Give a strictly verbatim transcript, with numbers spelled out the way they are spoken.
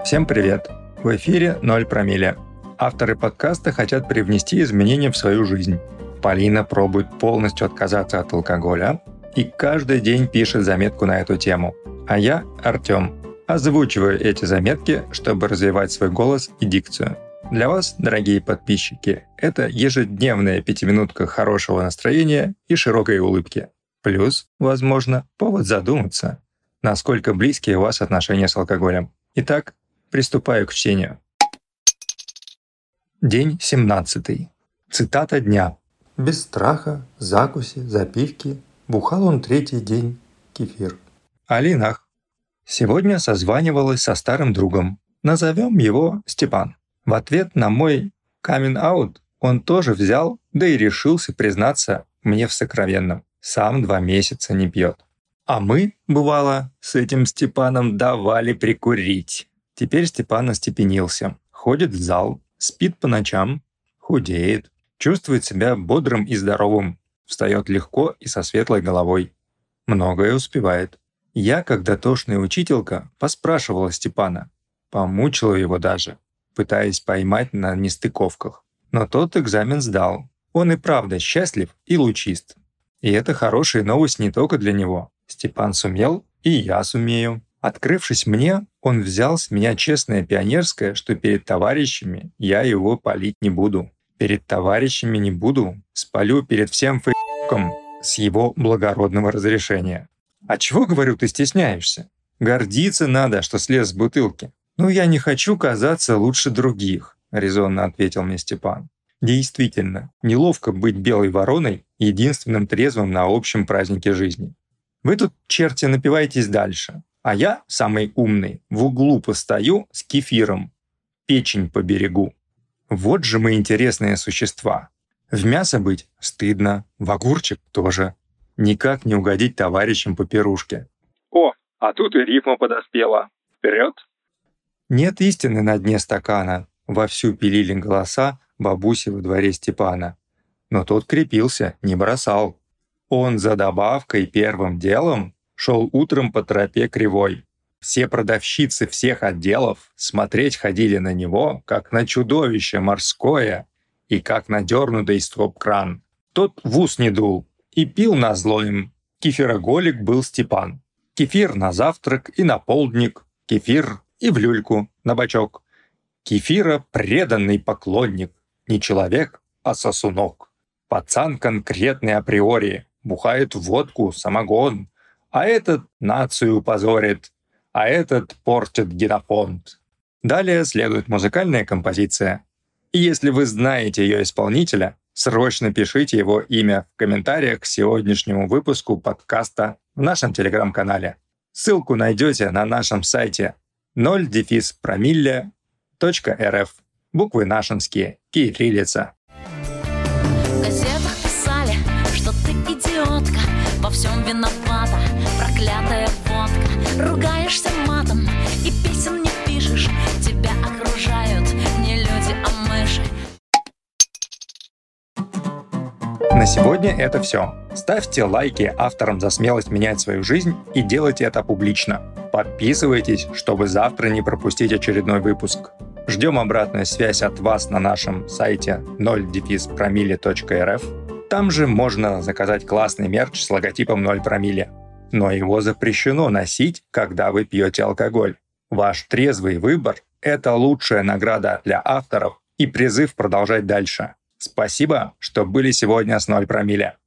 Всем привет! В эфире «Ноль промилле». Авторы подкаста хотят привнести изменения в свою жизнь. Полина пробует полностью отказаться от алкоголя и каждый день пишет заметку на эту тему. А я, Артём, озвучиваю эти заметки, чтобы развивать свой голос и дикцию. Для вас, дорогие подписчики, это ежедневная пятиминутка хорошего настроения и широкой улыбки. Плюс, возможно, повод задуматься, насколько близкие у вас отношения с алкоголем. Итак, приступаю к чтению. День семнадцатый. Цитата дня. «Без страха, закуси, запивки, бухал он третий день кефир». Алинах. Сегодня созванивалась со старым другом. Назовем его Степан. В ответ на мой камин-аут он тоже взял, да и решился признаться мне в сокровенном. Сам два месяца не пьет. А мы, бывало, с этим Степаном давали прикурить. Теперь Степан остепенился, ходит в зал, спит по ночам, худеет, чувствует себя бодрым и здоровым, встает легко и со светлой головой. Многое успевает. Я, как дотошная учителька, поспрашивала Степана, помучила его даже, пытаясь поймать на нестыковках. Но тот экзамен сдал. Он и правда счастлив и лучист. И это хорошая новость не только для него. Степан сумел, и я сумею. Открывшись мне, он взял с меня честное пионерское, что перед товарищами я его палить не буду. Перед товарищами не буду, спалю перед всем фейком с его благородного разрешения. А чего, говорю, ты стесняешься? Гордиться надо, что слез с бутылки. Ну, я не хочу казаться лучше других, резонно ответил мне Степан. Действительно, неловко быть белой вороной, единственным трезвым на общем празднике жизни. Вы тут, черти, напиваетесь дальше. А я, самый умный, в углу постою с кефиром. Печень поберегу. Вот же мы интересные существа. В мясо быть стыдно, в огурчик тоже. Никак не угодить товарищам по пирушке. О, а тут и рифма подоспела. Вперед! Нет истины на дне стакана. Вовсю пилили голоса бабуси во дворе Степана. Но тот крепился, не бросал. Он за добавкой первым делом шел утром по тропе кривой. Все продавщицы всех отделов смотреть ходили на него, как на чудовище морское и как на дернутый стоп-кран. Тот в ус не дул и пил назло им. Кефироголик был Степан. Кефир на завтрак и на полдник, кефир и в люльку на бочок. Кефира преданный поклонник, не человек, а сосунок. Пацан конкретный априори, бухает водку, самогон, а этот нацию позорит, а этот портит генофонд. Далее следует музыкальная композиция. И если вы знаете ее исполнителя, срочно пишите его имя в комментариях к сегодняшнему выпуску подкаста в нашем телеграм-канале. Ссылку найдете на нашем сайте ноль промилле точка эр эф. Буквы нашинские, кириллица. В газетах писали, что ты идиотка, во всем виновата проклятая водка. Ругаешься матом и песен не пишешь, тебя окружают не люди, а мыши. На сегодня это все. Ставьте лайки авторам за смелость менять свою жизнь и делайте это публично. Подписывайтесь, чтобы завтра не пропустить очередной выпуск. Ждем обратную связь от вас на нашем сайте ноль промилле точка эр эф. Там же можно заказать классный мерч с логотипом ноль промилле. Но его запрещено носить, когда вы пьете алкоголь. Ваш трезвый выбор – это лучшая награда для авторов и призыв продолжать дальше. Спасибо, что были сегодня с ноль промилле.